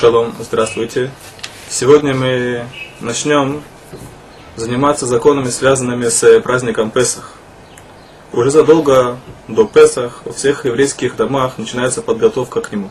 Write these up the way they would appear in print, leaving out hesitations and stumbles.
Шалом, здравствуйте. Сегодня мы начнем заниматься законами, связанными с праздником Песах. Уже задолго до Песах во всех еврейских домах начинается подготовка к нему.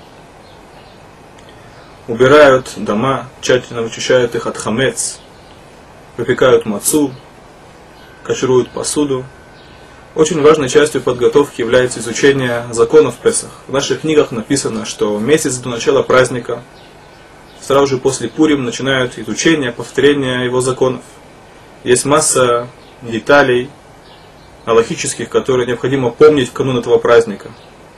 Убирают дома, тщательно вычищают их от хамец, выпекают мацу, кашируют посуду. Очень важной частью подготовки является изучение законов Песах. В наших книгах написано, что месяц до начала праздника, сразу же после Пурим, начинают изучение, повторение его законов. Есть масса деталей алахических, которые необходимо помнить в канун этого праздника.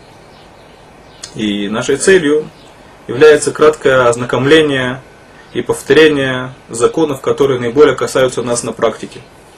И нашей целью является краткое ознакомление и повторение законов, которые наиболее касаются нас на практике.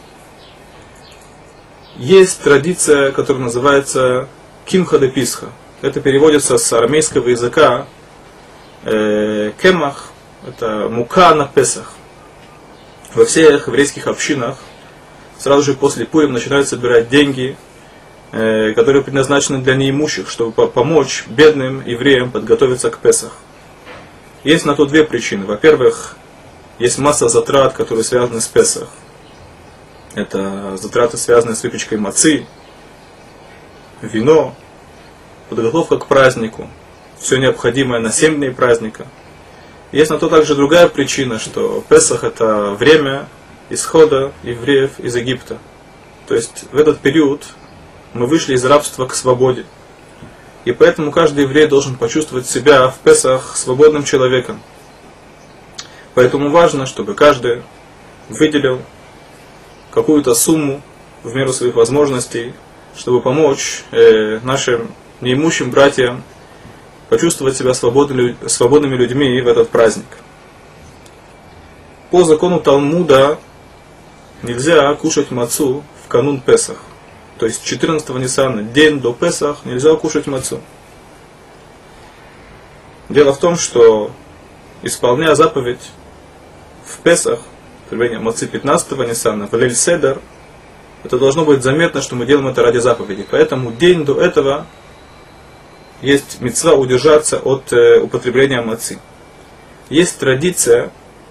Есть традиция, которая называется кимха де писха. Это переводится с арамейского языка кемах, это мука на Песах. Во всех еврейских общинах сразу же после Пурим начинают собирать деньги, которые предназначены для неимущих, чтобы помочь бедным евреям подготовиться к Песах. Есть на то две причины. Во-первых, есть масса затрат, которые связаны с Песах. Это затраты, связанные с выпечкой мацы, вино, подготовка к празднику, все необходимое на 7 дней праздника. Есть на то также другая причина, что Песах это время исхода евреев из Египта. То есть в этот период мы вышли из рабства к свободе. И поэтому каждый еврей должен почувствовать себя в Песах свободным человеком. Поэтому важно, чтобы каждый выделил какую-то сумму в меру своих возможностей, чтобы помочь нашим неимущим братьям почувствовать себя свободными людьми в этот праздник. По закону Талмуда нельзя кушать мацу в канун Песах. То есть 14-го Ниссана, день до Песах, нельзя кушать мацу. Дело в том, что исполняя заповедь в Песах, появление мацы 15-го Ниссана, в Лейль Седер, это должно быть заметно, что мы делаем это ради заповеди. Поэтому день до этого есть мицва удержаться от употребления мацы. Есть традиция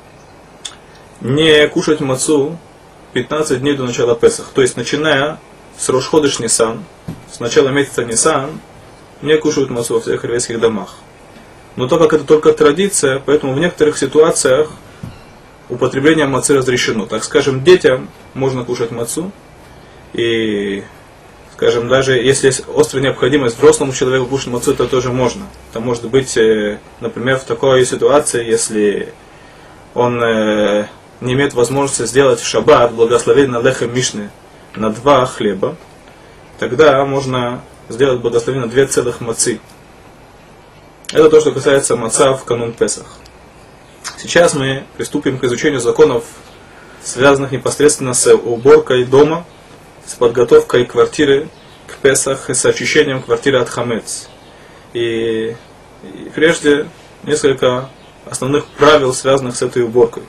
не кушать мацу 15 дней до начала Песах. То есть начиная с Рош ходеш Ниссан, с начала месяца Ниссан, не кушают мацу во всех еврейских домах. Но так как это только традиция, поэтому в некоторых ситуациях употребление мацы разрешено. Так скажем, детям можно кушать мацу, и, скажем, даже если есть острая необходимость взрослому человеку кушать мацу, это тоже можно. Это может быть, например, в такой ситуации, если он не имеет возможности сделать в шаббат благословение на лехем мишны на 2 хлеба, тогда можно сделать благословение на 2 целых мацы. Это то, что касается маца в канун Песах. Сейчас мы приступим к изучению законов, связанных непосредственно с уборкой дома, с подготовкой квартиры к Песах и с очищением квартиры от хамец. И прежде несколько основных правил, связанных с этой уборкой.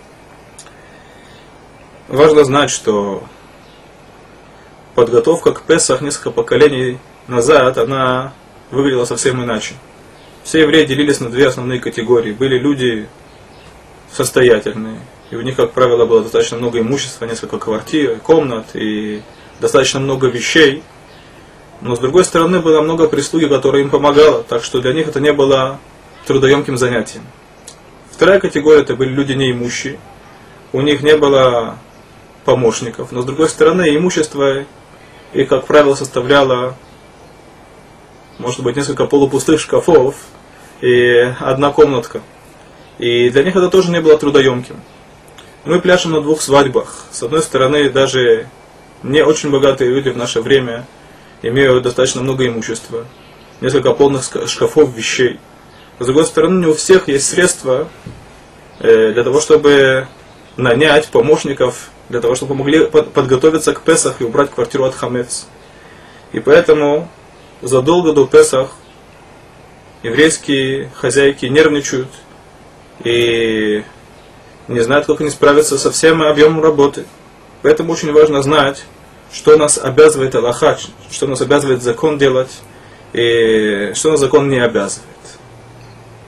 Важно знать, что подготовка к Песах несколько поколений назад, она выглядела совсем иначе. Все евреи делились на 2 основные категории. Были люди состоятельные, и у них, как правило, было достаточно много имущества, несколько квартир, комнат и достаточно много вещей. Но с другой стороны, было много прислуги, которая им помогала, так что для них это не было трудоемким занятием. Вторая категория — это были люди неимущие. У них не было помощников, но с другой стороны, имущество их, как правило, составляло, может быть, несколько полупустых шкафов и 1 комнатка. И для них это тоже не было трудоемким. Мы пляшем на 2 свадьбах. С одной стороны, даже не очень богатые люди в наше время имеют достаточно много имущества, несколько полных шкафов вещей. С другой стороны, не у всех есть средства для того, чтобы нанять помощников, для того, чтобы помогли подготовиться к Песах и убрать квартиру от хамец. И поэтому задолго до Песах еврейские хозяйки нервничают и не знают, как они справятся со всем объемом работы. Поэтому очень важно знать, что нас обязывает Аллаха, что нас обязывает закон делать, и что нас закон не обязывает.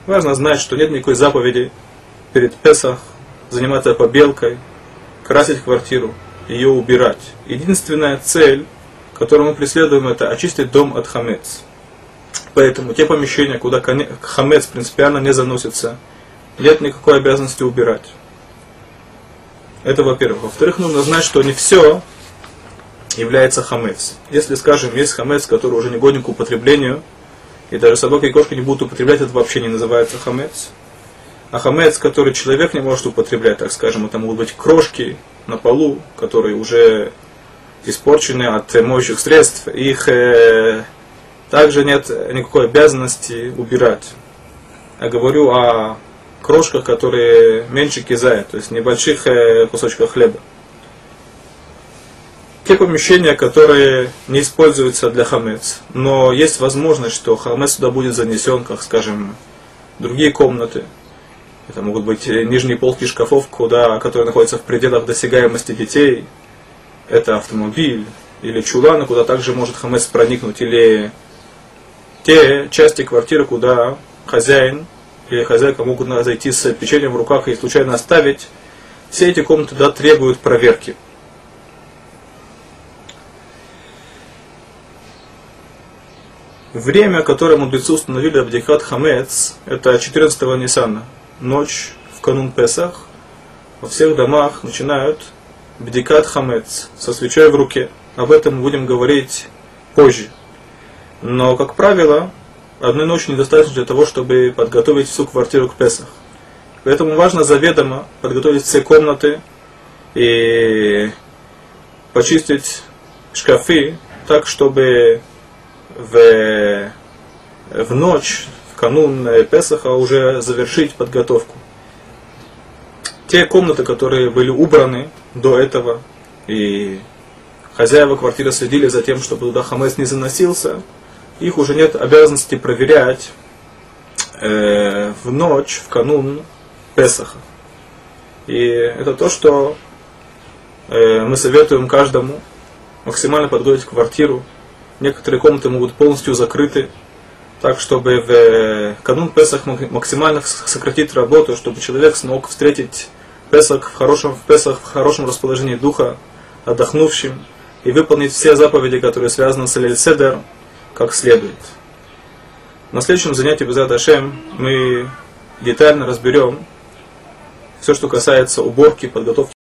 Важно знать, что нет никакой заповеди перед Песах заниматься побелкой, красить квартиру, ее убирать. Единственная цель, которую мы преследуем, это очистить дом от хамец. Поэтому те помещения, куда хамец принципиально не заносится, нет никакой обязанности убирать. Это во-первых. Во-вторых, нужно знать, что не все является хамец. Если, скажем, есть хамец, который уже не годен к употреблению, и даже собака и кошка не будут употреблять, это вообще не называется хамец. А хамец, который человек не может употреблять, так скажем, это могут быть крошки на полу, которые уже испорчены от моющих средств, их также нет никакой обязанности убирать. Я говорю о крошках, которые меньше кизая, то есть небольших кусочках хлеба. Те помещения, которые не используются для хамец, но есть возможность, что хамец туда будет занесен, как, скажем, другие комнаты. Это могут быть нижние полки шкафов, которые находятся в пределах досягаемости детей. Это автомобиль или чуланы, куда также может хамец проникнуть. Или те части квартиры, куда хозяин или хозяйка могут зайти с печеньем в руках и случайно оставить. Все эти комнаты требуют проверки. Время, которое мудрецы установили абдикат хамец, это 14-го Ниссана, ночь в канун Песах. Во всех домах начинают бдикат хамец со свечой в руке. Об этом мы будем говорить позже. Но, как правило, одной ночи недостаточно для того, чтобы подготовить всю квартиру к Песах. Поэтому важно заведомо подготовить все комнаты и почистить шкафы так, чтобы в ночь, в канун Песаха уже завершить подготовку. Те комнаты, которые были убраны до этого, и хозяева квартиры следили за тем, чтобы туда хамец не заносился, их уже нет обязанности проверять в ночь, в канун Песаха. И это то, что мы советуем каждому максимально подготовить квартиру. Некоторые комнаты могут полностью закрыты, так чтобы в канун Песах максимально сократить работу, чтобы человек смог встретить Песах в хорошем расположении духа, отдохнувшим, и выполнить все заповеди, которые связаны с Лейль Седер, как следует. На следующем занятии Бе'эзрат Ашем мы детально разберем все, что касается уборки, подготовки